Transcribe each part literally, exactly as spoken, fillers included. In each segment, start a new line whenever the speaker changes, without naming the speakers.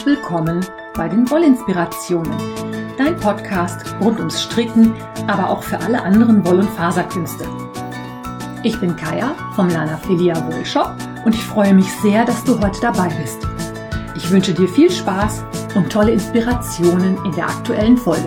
herzlich willkommen bei den Wollinspirationen, dein Podcast rund ums Stricken, aber auch für alle anderen Woll- und Faserkünste. Ich bin Kaya vom Lana Filia Wollshop und ich freue mich sehr, dass du heute dabei bist. Ich wünsche dir viel Spaß und tolle Inspirationen in der aktuellen Folge.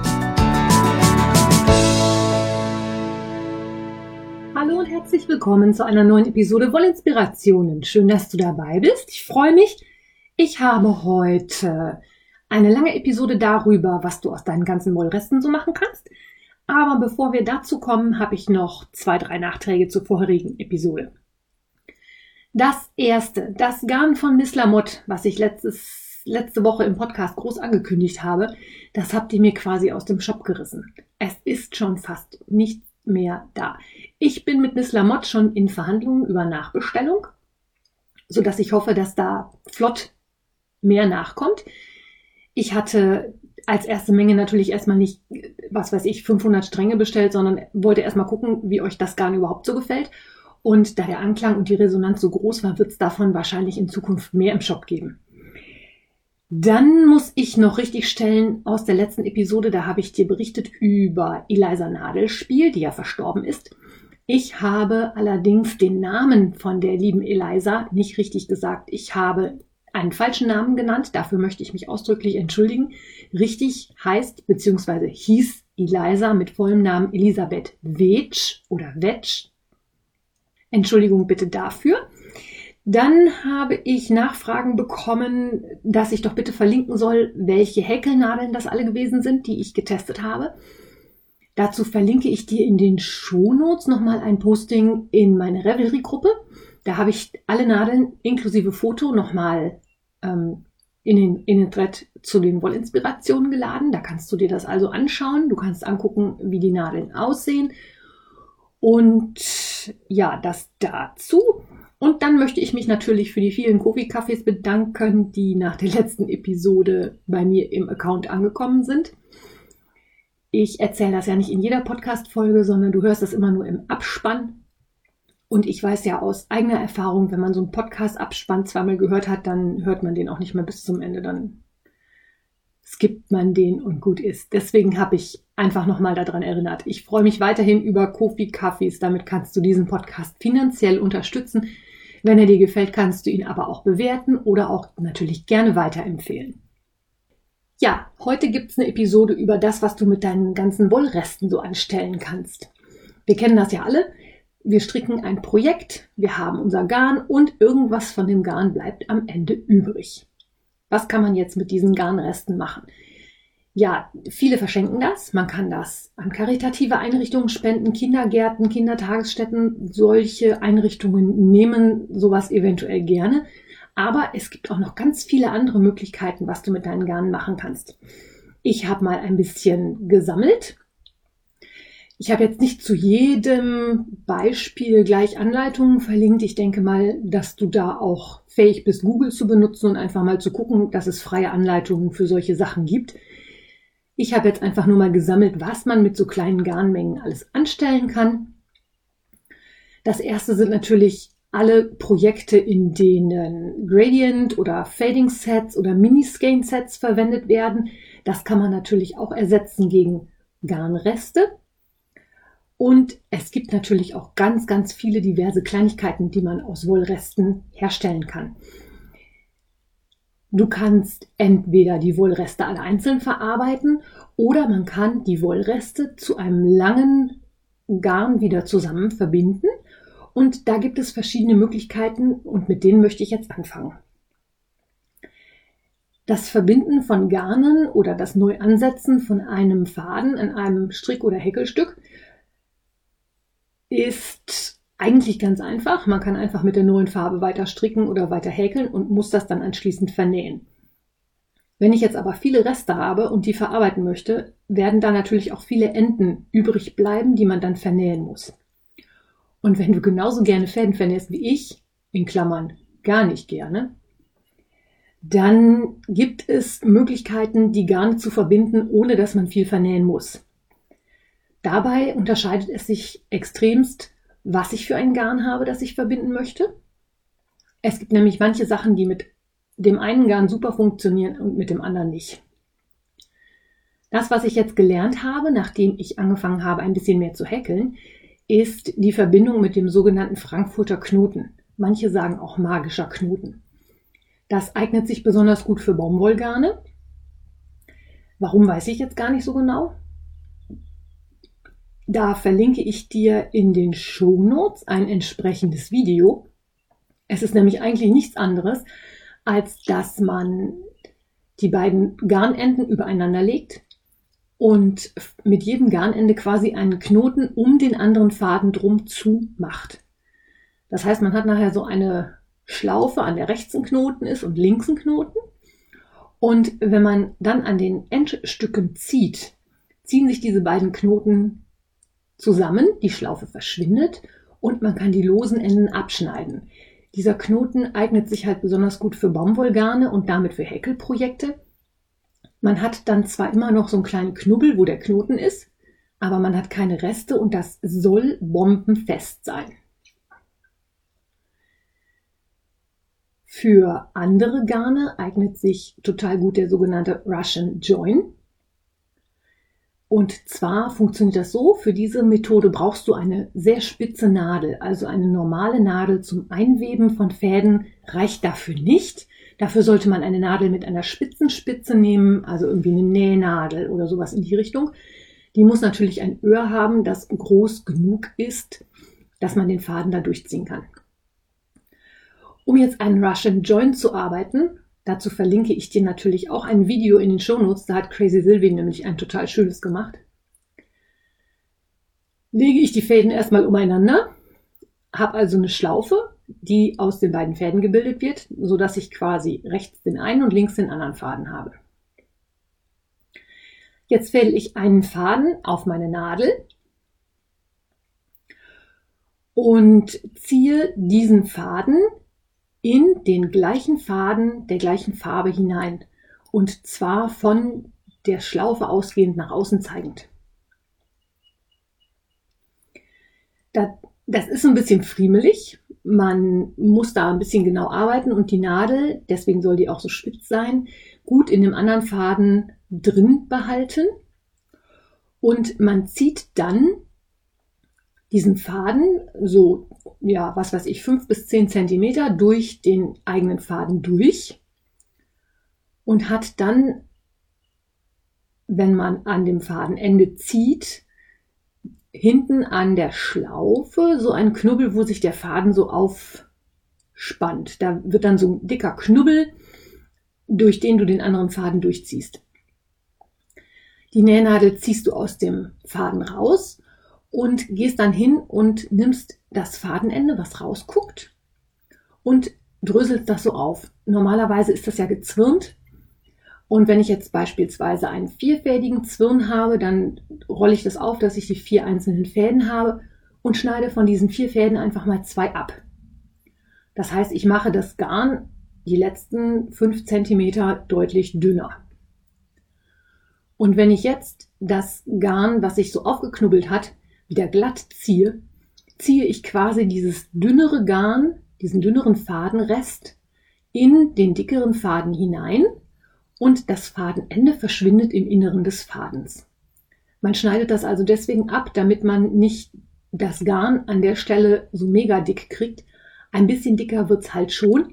Hallo und herzlich willkommen zu einer neuen Episode Wollinspirationen. Schön, dass du dabei bist. Ich freue mich. Ich habe heute eine lange Episode darüber, was du aus deinen ganzen Wollresten so machen kannst. Aber bevor wir dazu kommen, habe ich noch zwei, drei Nachträge zur vorherigen Episode. Das erste, das Garn von Miss Lamotte, was ich letztes, letzte Woche im Podcast groß angekündigt habe, das habt ihr mir quasi aus dem Shop gerissen. Es ist schon fast nicht mehr da. Ich bin mit Miss Lamotte schon in Verhandlungen über Nachbestellung, sodass ich hoffe, dass da flott mehr nachkommt. Ich hatte als erste Menge natürlich erstmal nicht, was weiß ich, fünfhundert Stränge bestellt, sondern wollte erstmal gucken, wie euch das Garn überhaupt so gefällt. Und da der Anklang und die Resonanz so groß war, wird es davon wahrscheinlich in Zukunft mehr im Shop geben. Dann muss ich noch richtig stellen aus der letzten Episode, da habe ich dir berichtet über Eliza Nadelspiel, die ja verstorben ist. Ich habe allerdings den Namen von der lieben Eliza nicht richtig gesagt. Ich habe einen falschen Namen genannt, dafür möchte ich mich ausdrücklich entschuldigen. Richtig heißt bzw. hieß Eliza mit vollem Namen Elisabeth Wetsch oder Wetsch. Entschuldigung bitte dafür. Dann habe ich Nachfragen bekommen, dass ich doch bitte verlinken soll, welche Häkelnadeln das alle gewesen sind, die ich getestet habe. Dazu verlinke ich dir in den Shownotes nochmal ein Posting in meine Revelry-Gruppe. Da habe ich alle Nadeln inklusive Foto nochmal ähm, in den, in den Thread zu den Wollinspirationen geladen. Da kannst du dir das also anschauen. Du kannst angucken, wie die Nadeln aussehen. Und ja, das dazu. Und dann möchte ich mich natürlich für die vielen Kofi-Kaffees bedanken, die nach der letzten Episode bei mir im Account angekommen sind. Ich erzähle das ja nicht in jeder Podcast-Folge, sondern du hörst das immer nur im Abspann. Und ich weiß ja aus eigener Erfahrung, wenn man so einen Podcast-Abspann zweimal gehört hat, dann hört man den auch nicht mehr bis zum Ende. Dann skippt man den und gut ist. Deswegen habe ich einfach nochmal daran erinnert. Ich freue mich weiterhin über Kofi-Kaffees. Damit kannst du diesen Podcast finanziell unterstützen. Wenn er dir gefällt, kannst du ihn aber auch bewerten oder auch natürlich gerne weiterempfehlen. Ja, heute gibt es eine Episode über das, was du mit deinen ganzen Wollresten so anstellen kannst. Wir kennen das ja alle. Wir stricken ein Projekt, wir haben unser Garn und irgendwas von dem Garn bleibt am Ende übrig. Was kann man jetzt mit diesen Garnresten machen? Ja, viele verschenken das. Man kann das an karitative Einrichtungen spenden, Kindergärten, Kindertagesstätten. Solche Einrichtungen nehmen sowas eventuell gerne. Aber es gibt auch noch ganz viele andere Möglichkeiten, was du mit deinen Garnen machen kannst. Ich habe mal ein bisschen gesammelt. Ich habe jetzt nicht zu jedem Beispiel gleich Anleitungen verlinkt. Ich denke mal, dass du da auch fähig bist, Google zu benutzen und einfach mal zu gucken, dass es freie Anleitungen für solche Sachen gibt. Ich habe jetzt einfach nur mal gesammelt, was man mit so kleinen Garnmengen alles anstellen kann. Das erste sind natürlich alle Projekte, in denen Gradient oder Fading Sets oder Mini-Skein Sets verwendet werden. Das kann man natürlich auch ersetzen gegen Garnreste. Und es gibt natürlich auch ganz, ganz viele diverse Kleinigkeiten, die man aus Wollresten herstellen kann. Du kannst entweder die Wollreste alle einzeln verarbeiten oder man kann die Wollreste zu einem langen Garn wieder zusammen verbinden. Und da gibt es verschiedene Möglichkeiten und mit denen möchte ich jetzt anfangen. Das Verbinden von Garnen oder das Neuansetzen von einem Faden an einem Strick- oder Häkelstück ist eigentlich ganz einfach. Man kann einfach mit der neuen Farbe weiter stricken oder weiter häkeln und muss das dann anschließend vernähen. Wenn ich jetzt aber viele Reste habe und die verarbeiten möchte, werden da natürlich auch viele Enden übrig bleiben, die man dann vernähen muss. Und wenn du genauso gerne Fäden vernähst wie ich, in Klammern gar nicht gerne, dann gibt es Möglichkeiten, die Garne zu verbinden, ohne dass man viel vernähen muss. Dabei unterscheidet es sich extremst, was ich für ein Garn habe, das ich verbinden möchte. Es gibt nämlich manche Sachen, die mit dem einen Garn super funktionieren und mit dem anderen nicht. Das, was ich jetzt gelernt habe, nachdem ich angefangen habe, ein bisschen mehr zu häkeln, ist die Verbindung mit dem sogenannten Frankfurter Knoten. Manche sagen auch magischer Knoten. Das eignet sich besonders gut für Baumwollgarne. Warum, weiß ich jetzt gar nicht so genau. Da verlinke ich dir in den Shownotes ein entsprechendes Video. Es ist nämlich eigentlich nichts anderes, als dass man die beiden Garnenden übereinander legt und mit jedem Garnende quasi einen Knoten um den anderen Faden drum zu macht. Das heißt, man hat nachher so eine Schlaufe, an der rechts ein Knoten ist und links ein Knoten. Und wenn man dann an den Endstücken zieht, ziehen sich diese beiden Knoten zusammen, die Schlaufe verschwindet und man kann die losen Enden abschneiden. Dieser Knoten eignet sich halt besonders gut für Baumwollgarne und damit für Häkelprojekte. Man hat dann zwar immer noch so einen kleinen Knubbel, wo der Knoten ist, aber man hat keine Reste und das soll bombenfest sein. Für andere Garne eignet sich total gut der sogenannte Russian Join. Und zwar funktioniert das so, für diese Methode brauchst du eine sehr spitze Nadel, also eine normale Nadel zum Einweben von Fäden reicht dafür nicht. Dafür sollte man eine Nadel mit einer spitzen Spitze nehmen, also irgendwie eine Nähnadel oder sowas in die Richtung. Die muss natürlich ein Öhr haben, das groß genug ist, dass man den Faden da durchziehen kann. Um jetzt einen Russian Join zu arbeiten, dazu verlinke ich dir natürlich auch ein Video in den Shownotes, da hat Crazy Sylvie nämlich ein total schönes gemacht. Lege ich die Fäden erstmal umeinander, habe also eine Schlaufe, die aus den beiden Fäden gebildet wird, sodass ich quasi rechts den einen und links den anderen Faden habe. Jetzt fädel ich einen Faden auf meine Nadel und ziehe diesen Faden in den gleichen Faden der gleichen Farbe hinein und zwar von der Schlaufe ausgehend nach außen zeigend. Das ist ein bisschen friemelig, man muss da ein bisschen genau arbeiten und die Nadel, deswegen soll die auch so spitz sein, gut in dem anderen Faden drin behalten und man zieht dann diesen Faden so, ja, was weiß ich, fünf bis zehn Zentimeter durch den eigenen Faden durch und hat dann, wenn man an dem Fadenende zieht, hinten an der Schlaufe so ein Knubbel, wo sich der Faden so aufspannt. Da wird dann so ein dicker Knubbel, durch den du den anderen Faden durchziehst. Die Nähnadel ziehst du aus dem Faden raus und gehst dann hin und nimmst das Fadenende, was rausguckt, und dröselst das so auf. Normalerweise ist das ja gezwirnt. Und wenn ich jetzt beispielsweise einen vierfädigen Zwirn habe, dann rolle ich das auf, dass ich die vier einzelnen Fäden habe und schneide von diesen vier Fäden einfach mal zwei ab. Das heißt, ich mache das Garn die letzten fünf Zentimeter deutlich dünner. Und wenn ich jetzt das Garn, was sich so aufgeknubbelt hat, wieder glatt ziehe, ziehe ich quasi dieses dünnere Garn, diesen dünneren Fadenrest in den dickeren Faden hinein und das Fadenende verschwindet im Inneren des Fadens. Man schneidet das also deswegen ab, damit man nicht das Garn an der Stelle so mega dick kriegt. Ein bisschen dicker wird es halt schon.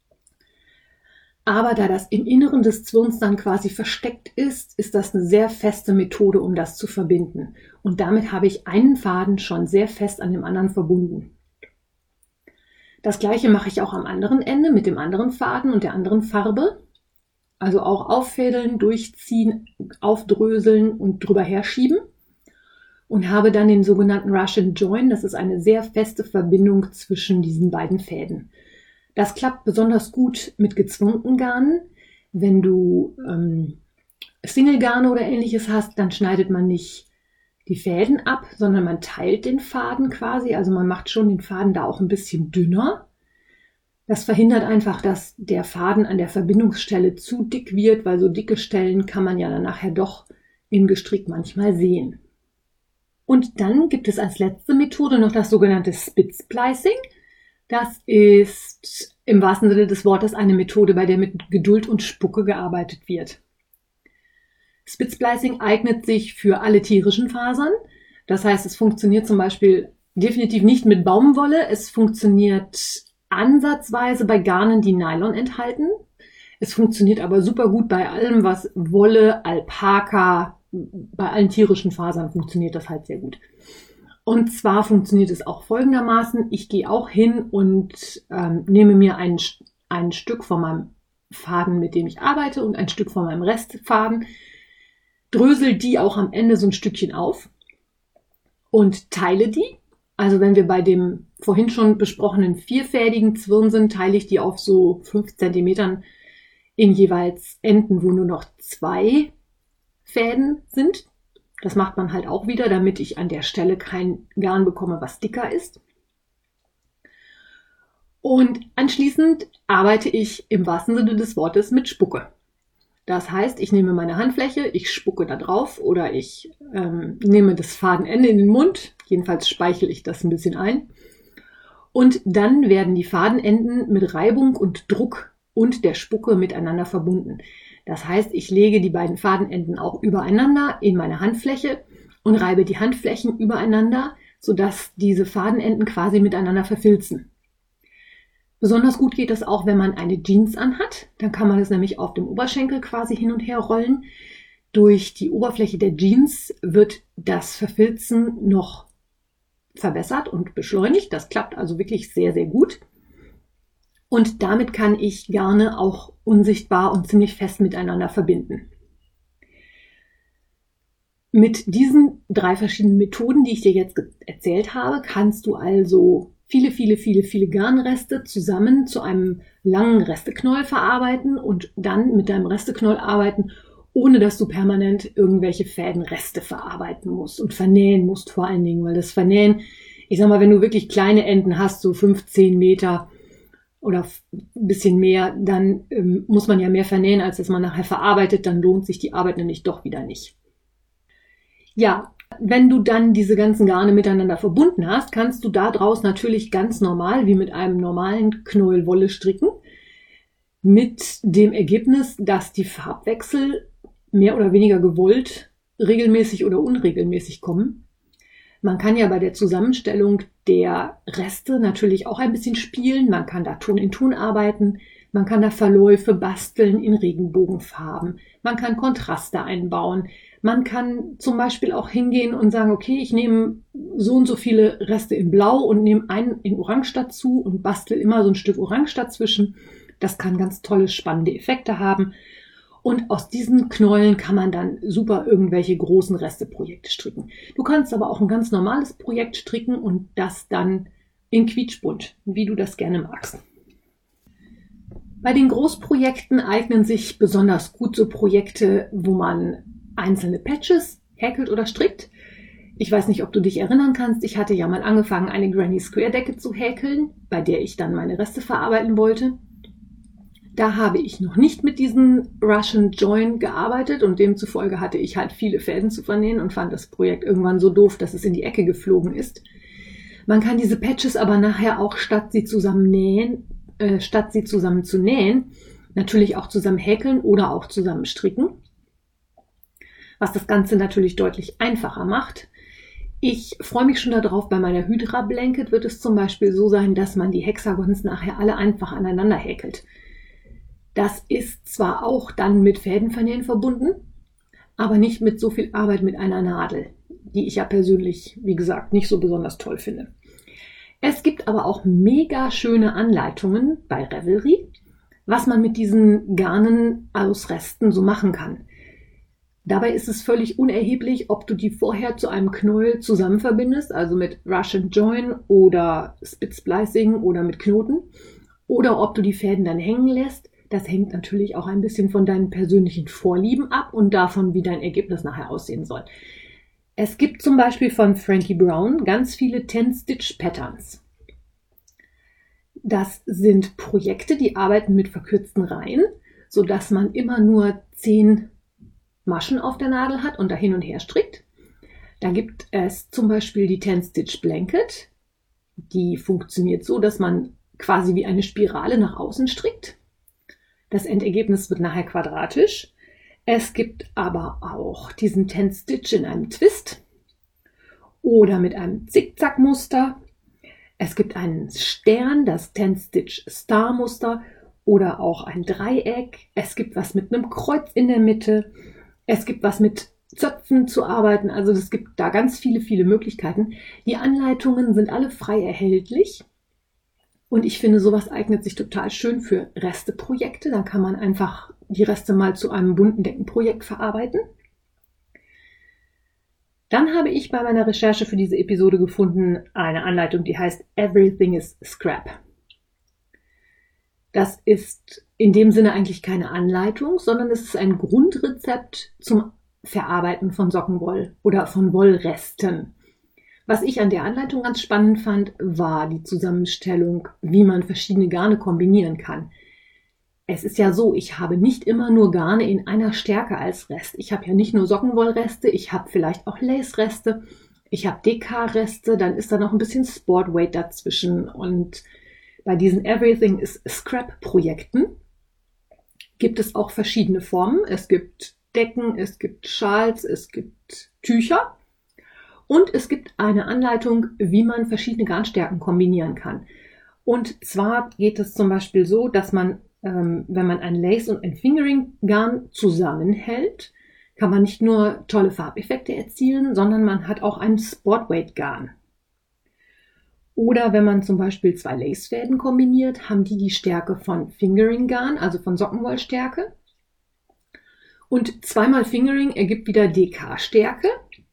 Aber da das im Inneren des Zwirns dann quasi versteckt ist, ist das eine sehr feste Methode, um das zu verbinden. Und damit habe ich einen Faden schon sehr fest an dem anderen verbunden. Das gleiche mache ich auch am anderen Ende mit dem anderen Faden und der anderen Farbe. Also auch auffädeln, durchziehen, aufdröseln und drüber herschieben. Und habe dann den sogenannten Russian Join. Das ist eine sehr feste Verbindung zwischen diesen beiden Fäden. Das klappt besonders gut mit gezwungenen Garnen. Wenn du ähm, Single-Garne oder ähnliches hast, dann schneidet man nicht die Fäden ab, sondern man teilt den Faden quasi. Also man macht schon den Faden da auch ein bisschen dünner. Das verhindert einfach, dass der Faden an der Verbindungsstelle zu dick wird, weil so dicke Stellen kann man ja dann nachher doch im Gestrick manchmal sehen. Und dann gibt es als letzte Methode noch das sogenannte Spitz Splicing. Das ist im wahrsten Sinne des Wortes eine Methode, bei der mit Geduld und Spucke gearbeitet wird. Spitsplicing eignet sich für alle tierischen Fasern. Das heißt, es funktioniert zum Beispiel definitiv nicht mit Baumwolle. Es funktioniert ansatzweise bei Garnen, die Nylon enthalten. Es funktioniert aber super gut bei allem, was Wolle, Alpaka, bei allen tierischen Fasern funktioniert das halt sehr gut. Und zwar funktioniert es auch folgendermaßen. Ich gehe auch hin und ähm, nehme mir ein, ein Stück von meinem Faden, mit dem ich arbeite, und ein Stück von meinem Restfaden, drösel die auch am Ende so ein Stückchen auf und teile die. Also wenn wir bei dem vorhin schon besprochenen vierfädigen Zwirn sind, teile ich die auf so fünf Zentimetern in jeweils Enden, wo nur noch zwei Fäden sind. Das macht man halt auch wieder, damit ich an der Stelle kein Garn bekomme, was dicker ist. Und anschließend arbeite ich im wahrsten Sinne des Wortes mit Spucke. Das heißt, ich nehme meine Handfläche, ich spucke da drauf oder ich ähm, nehme das Fadenende in den Mund. Jedenfalls speichle ich das ein bisschen ein. Und dann werden die Fadenenden mit Reibung und Druck und der Spucke miteinander verbunden. Das heißt, ich lege die beiden Fadenenden auch übereinander in meine Handfläche und reibe die Handflächen übereinander, sodass diese Fadenenden quasi miteinander verfilzen. Besonders gut geht das auch, wenn man eine Jeans anhat. Dann kann man das nämlich auf dem Oberschenkel quasi hin und her rollen. Durch die Oberfläche der Jeans wird das Verfilzen noch verbessert und beschleunigt. Das klappt also wirklich sehr, sehr gut. Und damit kann ich Garne auch unsichtbar und ziemlich fest miteinander verbinden. Mit diesen drei verschiedenen Methoden, die ich dir jetzt erzählt habe, kannst du also viele, viele, viele, viele Garnreste zusammen zu einem langen Resteknäuel verarbeiten und dann mit deinem Resteknäuel arbeiten, ohne dass du permanent irgendwelche Fädenreste verarbeiten musst und vernähen musst vor allen Dingen, weil das Vernähen, ich sag mal, wenn du wirklich kleine Enden hast, so fünfzehn Meter oder ein bisschen mehr, dann ähm, muss man ja mehr vernähen, als dass man nachher verarbeitet, dann lohnt sich die Arbeit nämlich doch wieder nicht. Ja, wenn du dann diese ganzen Garne miteinander verbunden hast, kannst du daraus natürlich ganz normal, wie mit einem normalen Knäuel Wolle stricken, mit dem Ergebnis, dass die Farbwechsel mehr oder weniger gewollt regelmäßig oder unregelmäßig kommen. Man kann ja bei der Zusammenstellung der Reste natürlich auch ein bisschen spielen. Man kann da Ton in Ton arbeiten. Man kann da Verläufe basteln in Regenbogenfarben. Man kann Kontraste einbauen. Man kann zum Beispiel auch hingehen und sagen, okay, ich nehme so und so viele Reste in Blau und nehme einen in Orange dazu und bastel immer so ein Stück Orange dazwischen. Das kann ganz tolle, spannende Effekte haben. Und aus diesen Knäueln kann man dann super irgendwelche großen Resteprojekte stricken. Du kannst aber auch ein ganz normales Projekt stricken und das dann in quietschbunt, wie du das gerne magst. Bei den Großprojekten eignen sich besonders gut so Projekte, wo man einzelne Patches häkelt oder strickt. Ich weiß nicht, ob du dich erinnern kannst. Ich hatte ja mal angefangen, eine Granny Square Decke zu häkeln, bei der ich dann meine Reste verarbeiten wollte. Da habe ich noch nicht mit diesem Russian Join gearbeitet und demzufolge hatte ich halt viele Fäden zu vernähen und fand das Projekt irgendwann so doof, dass es in die Ecke geflogen ist. Man kann diese Patches aber nachher auch, statt sie zusammen nähen, äh, statt sie zusammen zu nähen, natürlich auch zusammen häkeln oder auch zusammen stricken, was das Ganze natürlich deutlich einfacher macht. Ich freue mich schon darauf, bei meiner Hydra Blanket wird es zum Beispiel so sein, dass man die Hexagons nachher alle einfach aneinander häkelt. Das ist zwar auch dann mit Fädenvernähen verbunden, aber nicht mit so viel Arbeit mit einer Nadel, die ich ja persönlich, wie gesagt, nicht so besonders toll finde. Es gibt aber auch mega schöne Anleitungen bei Ravelry, was man mit diesen Garnen aus Resten so machen kann. Dabei ist es völlig unerheblich, ob du die vorher zu einem Knäuel zusammen verbindest, also mit Russian Join oder Spitsplicing oder mit Knoten, oder ob du die Fäden dann hängen lässt. Das hängt natürlich auch ein bisschen von deinen persönlichen Vorlieben ab und davon, wie dein Ergebnis nachher aussehen soll. Es gibt zum Beispiel von Frankie Brown ganz viele Ten-Stitch-Patterns. Das sind Projekte, die arbeiten mit verkürzten Reihen, sodass man immer nur zehn Maschen auf der Nadel hat und da hin und her strickt. Da gibt es zum Beispiel die Ten-Stitch Blanket. Die funktioniert so, dass man quasi wie eine Spirale nach außen strickt. Das Endergebnis wird nachher quadratisch. Es gibt aber auch diesen Ten-Stitch in einem Twist oder mit einem Zickzackmuster. Es gibt einen Stern, das Ten-Stitch-Star-Muster oder auch ein Dreieck. Es gibt was mit einem Kreuz in der Mitte. Es gibt was mit Zöpfen zu arbeiten. Also es gibt da ganz viele, viele Möglichkeiten. Die Anleitungen sind alle frei erhältlich. Und ich finde, sowas eignet sich total schön für Resteprojekte. Dann kann man einfach die Reste mal zu einem bunten Deckenprojekt verarbeiten. Dann habe ich bei meiner Recherche für diese Episode gefunden eine Anleitung, die heißt Everything is Scrap. Das ist in dem Sinne eigentlich keine Anleitung, sondern es ist ein Grundrezept zum Verarbeiten von Sockenwoll oder von Wollresten. Was ich an der Anleitung ganz spannend fand, war die Zusammenstellung, wie man verschiedene Garne kombinieren kann. Es ist ja so, ich habe nicht immer nur Garne in einer Stärke als Rest. Ich habe ja nicht nur Sockenwollreste, ich habe vielleicht auch Lace-Reste, ich habe D K-Reste, dann ist da noch ein bisschen Sportweight dazwischen. Und bei diesen Everything is Scrap-Projekten gibt es auch verschiedene Formen. Es gibt Decken, es gibt Schals, es gibt Tücher. Und es gibt eine Anleitung, wie man verschiedene Garnstärken kombinieren kann. Und zwar geht es zum Beispiel so, dass man, ähm, wenn man ein Lace und ein Fingering-Garn zusammenhält, kann man nicht nur tolle Farbeffekte erzielen, sondern man hat auch ein Sportweight-Garn. Oder wenn man zum Beispiel zwei Lacefäden kombiniert, haben die die Stärke von Fingering-Garn, also von Sockenwollstärke. Und zweimal Fingering ergibt wieder D K-Stärke.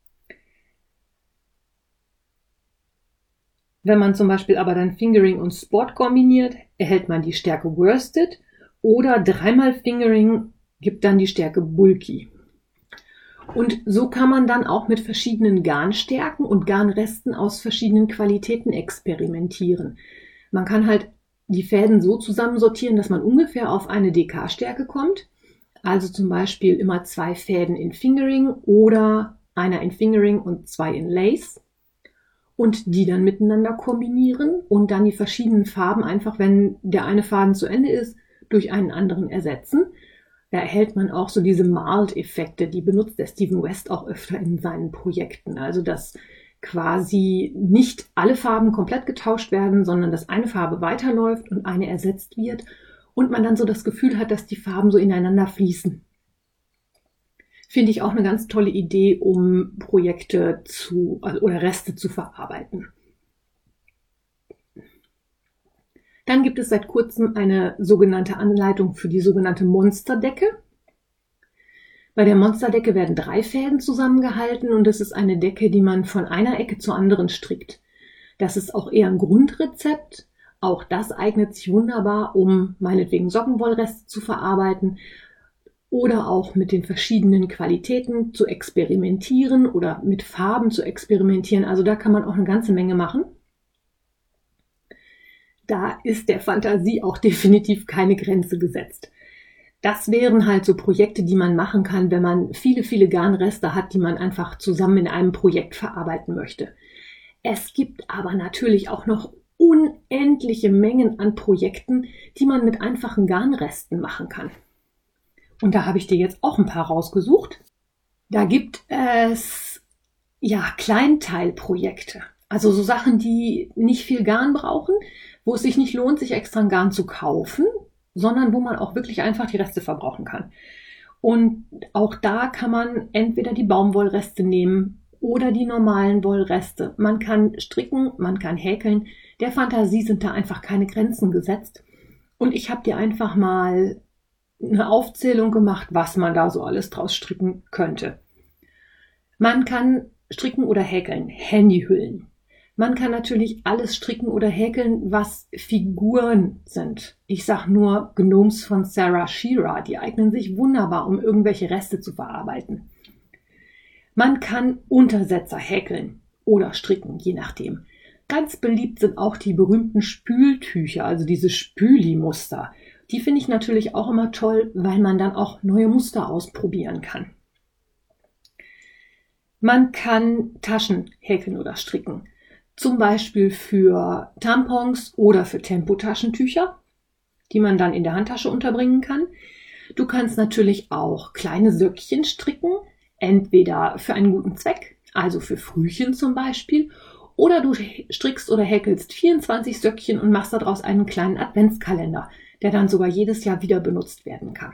Wenn man zum Beispiel aber dann Fingering und Sport kombiniert, erhält man die Stärke Worsted oder dreimal Fingering gibt dann die Stärke Bulky. Und so kann man dann auch mit verschiedenen Garnstärken und Garnresten aus verschiedenen Qualitäten experimentieren. Man kann halt die Fäden so zusammensortieren, dass man ungefähr auf eine D K-Stärke kommt. Also zum Beispiel immer zwei Fäden in Fingering oder einer in Fingering und zwei in Lace. Und die dann miteinander kombinieren und dann die verschiedenen Farben einfach, wenn der eine Faden zu Ende ist, durch einen anderen ersetzen. Da erhält man auch so diese Marled-Effekte, die benutzt der Stephen West auch öfter in seinen Projekten. Also dass quasi nicht alle Farben komplett getauscht werden, sondern dass eine Farbe weiterläuft und eine ersetzt wird und man dann so das Gefühl hat, dass die Farben so ineinander fließen. Finde ich auch eine ganz tolle Idee, um Projekte zu also, oder Reste zu verarbeiten. Dann gibt es seit kurzem eine sogenannte Anleitung für die sogenannte Monsterdecke. Bei der Monsterdecke werden drei Fäden zusammengehalten und es ist eine Decke, die man von einer Ecke zur anderen strickt. Das ist auch eher ein Grundrezept. Auch das eignet sich wunderbar, um meinetwegen Sockenwollreste zu verarbeiten. Oder auch mit den verschiedenen Qualitäten zu experimentieren oder mit Farben zu experimentieren. Also da kann man auch eine ganze Menge machen. Da ist der Fantasie auch definitiv keine Grenze gesetzt. Das wären halt so Projekte, die man machen kann, wenn man viele, viele Garnreste hat, die man einfach zusammen in einem Projekt verarbeiten möchte. Es gibt aber natürlich auch noch unendliche Mengen an Projekten, die man mit einfachen Garnresten machen kann. Und da habe ich dir jetzt auch ein paar rausgesucht. Da gibt es ja Kleinteilprojekte. Also so Sachen, die nicht viel Garn brauchen, wo es sich nicht lohnt, sich extra ein Garn zu kaufen, sondern wo man auch wirklich einfach die Reste verbrauchen kann. Und auch da kann man entweder die Baumwollreste nehmen oder die normalen Wollreste. Man kann stricken, man kann häkeln. Der Fantasie sind da einfach keine Grenzen gesetzt. Und ich habe dir einfach mal eine Aufzählung gemacht, was man da so alles draus stricken könnte. Man kann stricken oder häkeln, Handyhüllen. Man kann natürlich alles stricken oder häkeln, was Figuren sind. Ich sag nur Gnomes von Sarah Shearer, die eignen sich wunderbar, um irgendwelche Reste zu verarbeiten. Man kann Untersetzer häkeln oder stricken, je nachdem. Ganz beliebt sind auch die berühmten Spültücher, also diese Spüli-Muster. Die finde ich natürlich auch immer toll, weil man dann auch neue Muster ausprobieren kann. Man kann Taschen häkeln oder stricken. Zum Beispiel für Tampons oder für Tempotaschentücher, die man dann in der Handtasche unterbringen kann. Du kannst natürlich auch kleine Söckchen stricken, entweder für einen guten Zweck, also für Frühchen zum Beispiel, oder du strickst oder häkelst vierundzwanzig Söckchen und machst daraus einen kleinen Adventskalender, der dann sogar jedes Jahr wieder benutzt werden kann.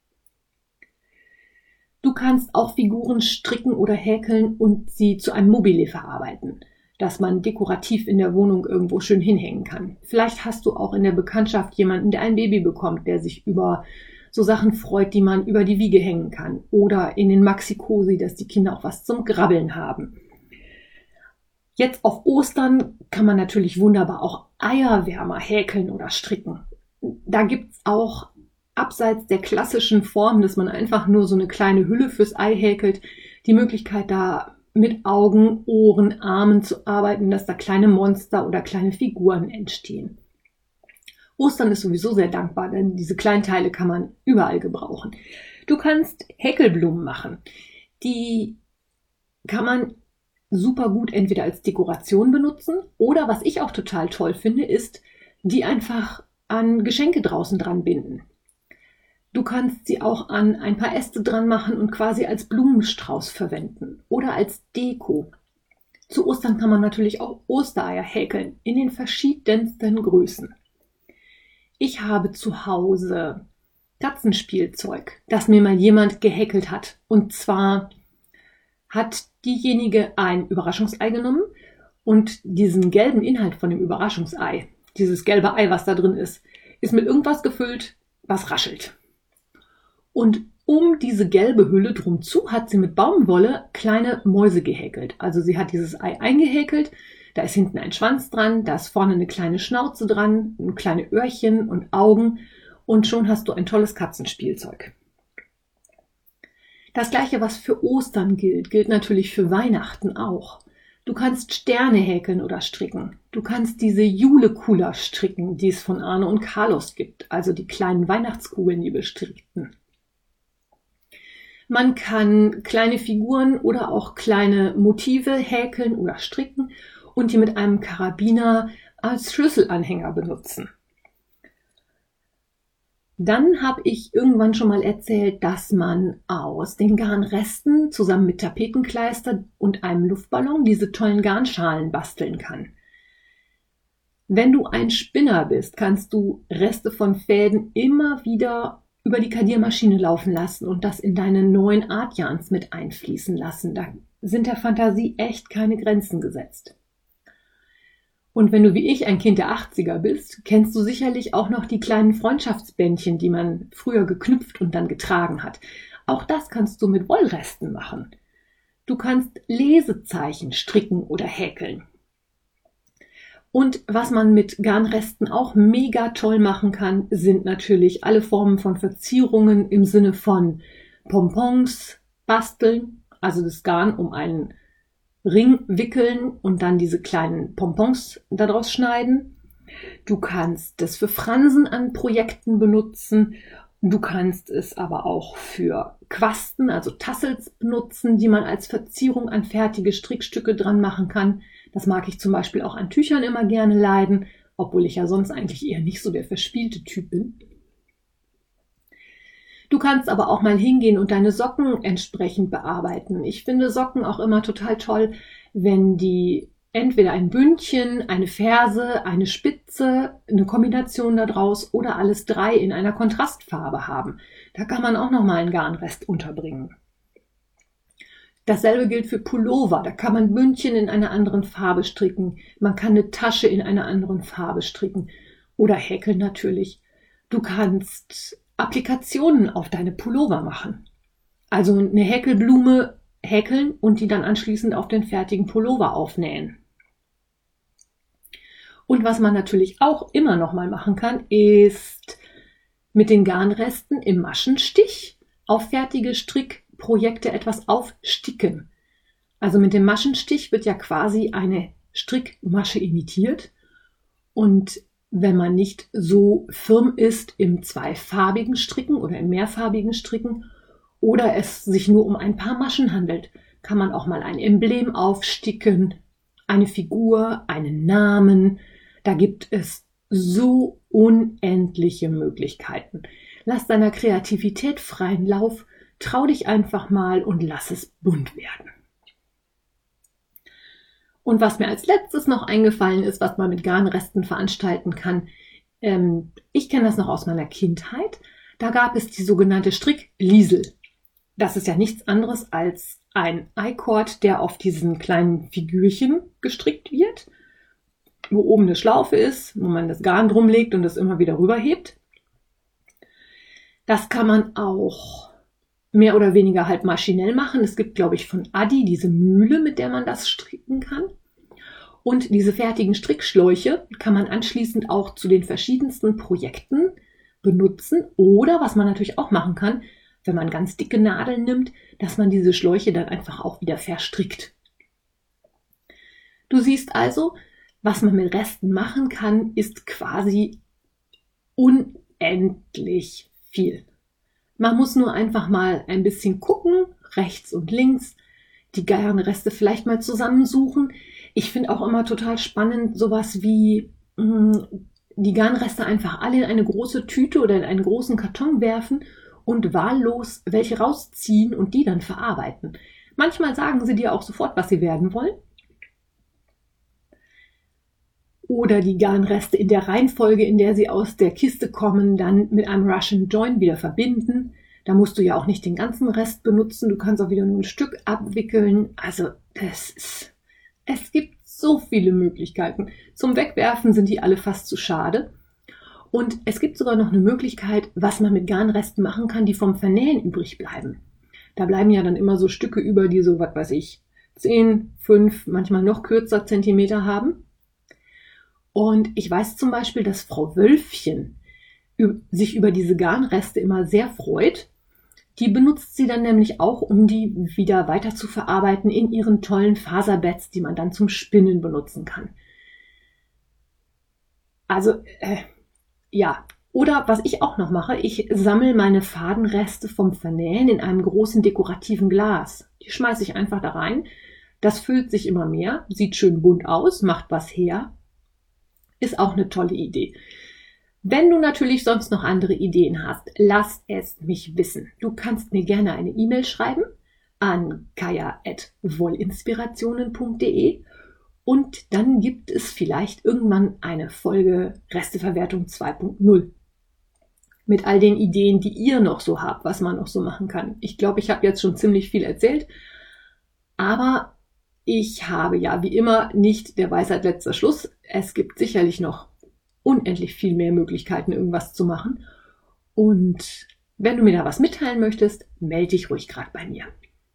Du kannst auch Figuren stricken oder häkeln und sie zu einem Mobile verarbeiten, das man dekorativ in der Wohnung irgendwo schön hinhängen kann. Vielleicht hast du auch in der Bekanntschaft jemanden, der ein Baby bekommt, der sich über so Sachen freut, die man über die Wiege hängen kann. Oder in den Maxi-Cosi, dass die Kinder auch was zum Grabbeln haben. Jetzt auf Ostern kann man natürlich wunderbar auch Eierwärmer häkeln oder stricken. Da gibt's auch abseits der klassischen Form, dass man einfach nur so eine kleine Hülle fürs Ei häkelt, die Möglichkeit, da mit Augen, Ohren, Armen zu arbeiten, dass da kleine Monster oder kleine Figuren entstehen. Ostern ist sowieso sehr dankbar, denn diese Kleinteile kann man überall gebrauchen. Du kannst Häkelblumen machen. Die kann man super gut entweder als Dekoration benutzen oder, was ich auch total toll finde, ist, die einfach an Geschenke draußen dran binden. Du kannst sie auch an ein paar Äste dran machen und quasi als Blumenstrauß verwenden oder als Deko. Zu Ostern kann man natürlich auch Ostereier häkeln in den verschiedensten Größen. Ich habe zu Hause Katzenspielzeug, das mir mal jemand gehäkelt hat. Und zwar hat diejenige ein Überraschungsei genommen und diesen gelben Inhalt von dem Überraschungsei, dieses gelbe Ei, was da drin ist, ist mit irgendwas gefüllt, was raschelt. Und um diese gelbe Hülle drum zu hat sie mit Baumwolle kleine Mäuse gehäkelt. Also sie hat dieses Ei eingehäkelt, da ist hinten ein Schwanz dran, da ist vorne eine kleine Schnauze dran, ein kleine Öhrchen und Augen und schon hast du ein tolles Katzenspielzeug. Das gleiche, was für Ostern gilt, gilt natürlich für Weihnachten auch. Du kannst Sterne häkeln oder stricken. Du kannst diese Julekuller stricken, die es von Arne und Carlos gibt, also die kleinen Weihnachtskugeln, die bestrickten. Man kann kleine Figuren oder auch kleine Motive häkeln oder stricken und die mit einem Karabiner als Schlüsselanhänger benutzen. Dann habe ich irgendwann schon mal erzählt, dass man aus den Garnresten zusammen mit Tapetenkleister und einem Luftballon diese tollen Garnschalen basteln kann. Wenn du ein Spinner bist, kannst du Reste von Fäden immer wieder über die Kadiermaschine laufen lassen und das in deine neuen Artjans mit einfließen lassen. Da sind der Fantasie echt keine Grenzen gesetzt. Und wenn du wie ich ein Kind der achtziger bist, kennst du sicherlich auch noch die kleinen Freundschaftsbändchen, die man früher geknüpft und dann getragen hat. Auch das kannst du mit Wollresten machen. Du kannst Lesezeichen stricken oder häkeln. Und was man mit Garnresten auch mega toll machen kann, sind natürlich alle Formen von Verzierungen im Sinne von Pompons basteln, also das Garn um einen Ring wickeln und dann diese kleinen Pompons daraus schneiden. Du kannst es für Fransen an Projekten benutzen. Du kannst es aber auch für Quasten, also Tassels benutzen, die man als Verzierung an fertige Strickstücke dran machen kann. Das mag ich zum Beispiel auch an Tüchern immer gerne leiden, obwohl ich ja sonst eigentlich eher nicht so der verspielte Typ bin. Du kannst aber auch mal hingehen und deine Socken entsprechend bearbeiten. Ich finde Socken auch immer total toll, wenn die entweder ein Bündchen, eine Ferse, eine Spitze, eine Kombination daraus oder alles drei in einer Kontrastfarbe haben. Da kann man auch nochmal einen Garnrest unterbringen. Dasselbe gilt für Pullover. Da kann man Bündchen in einer anderen Farbe stricken. Man kann eine Tasche in einer anderen Farbe stricken. Oder häkeln natürlich. Du kannst Applikationen auf deine Pullover machen. Also eine Häkelblume häkeln und die dann anschließend auf den fertigen Pullover aufnähen. Und was man natürlich auch immer noch mal machen kann, ist mit den Garnresten im Maschenstich auf fertige Strickprojekte etwas aufsticken. Also mit dem Maschenstich wird ja quasi eine Strickmasche imitiert und wenn man nicht so firm ist im zweifarbigen Stricken oder im mehrfarbigen Stricken oder es sich nur um ein paar Maschen handelt, kann man auch mal ein Emblem aufsticken eine Figur, einen Namen. Da gibt es so unendliche Möglichkeiten. Lass deiner Kreativität freien Lauf, trau dich einfach mal und lass es bunt werden. Und was mir als letztes noch eingefallen ist, was man mit Garnresten veranstalten kann, ähm, ich kenne das noch aus meiner Kindheit, da gab es die sogenannte Strickliesel. Das ist ja nichts anderes als ein I-Cord, der auf diesen kleinen Figürchen gestrickt wird, wo oben eine Schlaufe ist, wo man das Garn drum legt und das immer wieder rüberhebt. Das kann man auch mehr oder weniger halt maschinell machen. Es gibt, glaube ich, von Adi diese Mühle, mit der man das stricken kann. Und diese fertigen Strickschläuche kann man anschließend auch zu den verschiedensten Projekten benutzen. Oder was man natürlich auch machen kann, wenn man ganz dicke Nadeln nimmt, dass man diese Schläuche dann einfach auch wieder verstrickt. Du siehst also, was man mit Resten machen kann, ist quasi unendlich viel. Man muss nur einfach mal ein bisschen gucken, rechts und links, die Garnreste vielleicht mal zusammensuchen. Ich finde auch immer total spannend, sowas wie mh, die Garnreste einfach alle in eine große Tüte oder in einen großen Karton werfen und wahllos welche rausziehen und die dann verarbeiten. Manchmal sagen sie dir auch sofort, was sie werden wollen. Oder die Garnreste in der Reihenfolge, in der sie aus der Kiste kommen, dann mit einem Russian Join wieder verbinden. Da musst du ja auch nicht den ganzen Rest benutzen, du kannst auch wieder nur ein Stück abwickeln. Also das ist, es gibt so viele Möglichkeiten. Zum Wegwerfen sind die alle fast zu schade. Und es gibt sogar noch eine Möglichkeit, was man mit Garnresten machen kann, die vom Vernähen übrig bleiben. Da bleiben ja dann immer so Stücke über, die so, was weiß ich, zehn, fünf, manchmal noch kürzer Zentimeter haben. Und ich weiß zum Beispiel, dass Frau Wölfchen sich über diese Garnreste immer sehr freut. Die benutzt sie dann nämlich auch, um die wieder weiter zu verarbeiten in ihren tollen Faserbeds, die man dann zum Spinnen benutzen kann. Also, äh, ja. Oder was ich auch noch mache, ich sammle meine Fadenreste vom Vernähen in einem großen dekorativen Glas. Die schmeiße ich einfach da rein. Das füllt sich immer mehr, sieht schön bunt aus, macht was her. Ist auch eine tolle Idee. Wenn du natürlich sonst noch andere Ideen hast, lass es mich wissen. Du kannst mir gerne eine E-Mail schreiben an kaya at wollinspirationen punkt de und dann gibt es vielleicht irgendwann eine Folge Resteverwertung zwei punkt null mit all den Ideen, die ihr noch so habt, was man noch so machen kann. Ich glaube, ich habe jetzt schon ziemlich viel erzählt, aber ich habe ja wie immer nicht der Weisheit letzter Schluss. Es gibt sicherlich noch unendlich viel mehr Möglichkeiten, irgendwas zu machen. Und wenn du mir da was mitteilen möchtest, melde dich ruhig gerade bei mir.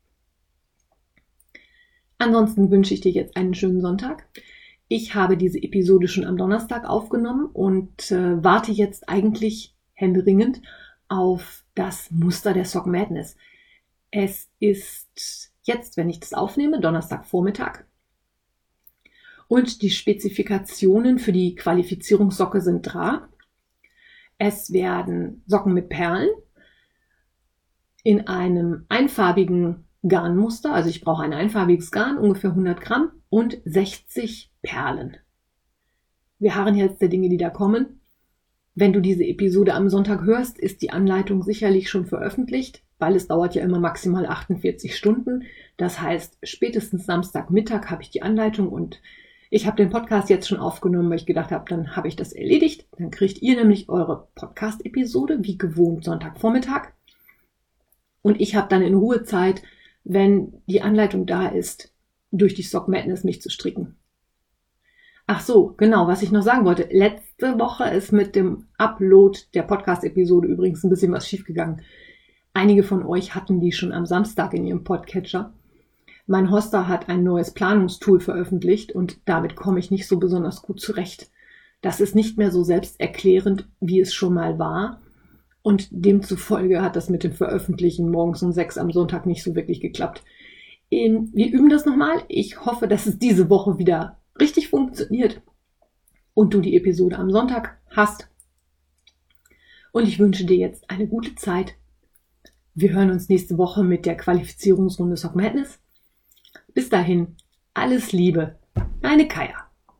Ansonsten wünsche ich dir jetzt einen schönen Sonntag. Ich habe diese Episode schon am Donnerstag aufgenommen und äh, warte jetzt eigentlich händeringend auf das Muster der Sock Madness. Es ist jetzt, wenn ich das aufnehme, Donnerstagvormittag. Und die Spezifikationen für die Qualifizierungssocke sind da. Es werden Socken mit Perlen in einem einfarbigen Garnmuster. Also ich brauche ein einfarbiges Garn, ungefähr hundert Gramm und sechzig Perlen. Wir harren jetzt der Dinge, die da kommen. Wenn du diese Episode am Sonntag hörst, ist die Anleitung sicherlich schon veröffentlicht, weil es dauert ja immer maximal achtundvierzig Stunden. Das heißt, spätestens Samstagmittag habe ich die Anleitung und ich habe den Podcast jetzt schon aufgenommen, weil ich gedacht habe, dann habe ich das erledigt. Dann kriegt ihr nämlich eure Podcast-Episode, wie gewohnt Sonntagvormittag. Und ich habe dann in Ruhe Zeit, wenn die Anleitung da ist, durch die Sock Madness mich zu stricken. Ach so, genau, was ich noch sagen wollte. Letzte Woche ist mit dem Upload der Podcast-Episode übrigens ein bisschen was schiefgegangen. Einige von euch hatten die schon am Samstag in ihrem Podcatcher. Mein Hoster hat ein neues Planungstool veröffentlicht und damit komme ich nicht so besonders gut zurecht. Das ist nicht mehr so selbsterklärend, wie es schon mal war. Und demzufolge hat das mit dem Veröffentlichen morgens um sechs am Sonntag nicht so wirklich geklappt. Wir üben das nochmal. Ich hoffe, dass es diese Woche wieder richtig funktioniert und du die Episode am Sonntag hast. Und ich wünsche dir jetzt eine gute Zeit. Wir hören uns nächste Woche mit der Qualifizierungsrunde Sock Madness. Bis dahin, alles Liebe, Deine Kaya.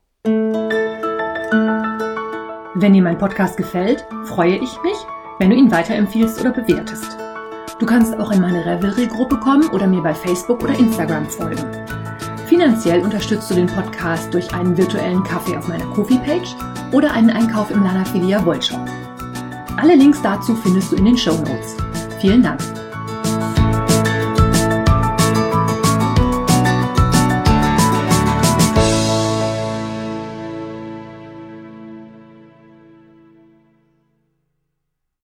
Wenn dir mein Podcast gefällt, freue ich mich, wenn du ihn weiterempfiehlst oder bewertest. Du kannst auch in meine Revelry-Gruppe kommen oder mir bei Facebook oder Instagram folgen. Finanziell unterstützt du den Podcast durch einen virtuellen Kaffee auf meiner Ko-fi-Page oder einen Einkauf im Lana Filia Wollshop. Alle Links dazu findest du in den Shownotes. Vielen Dank.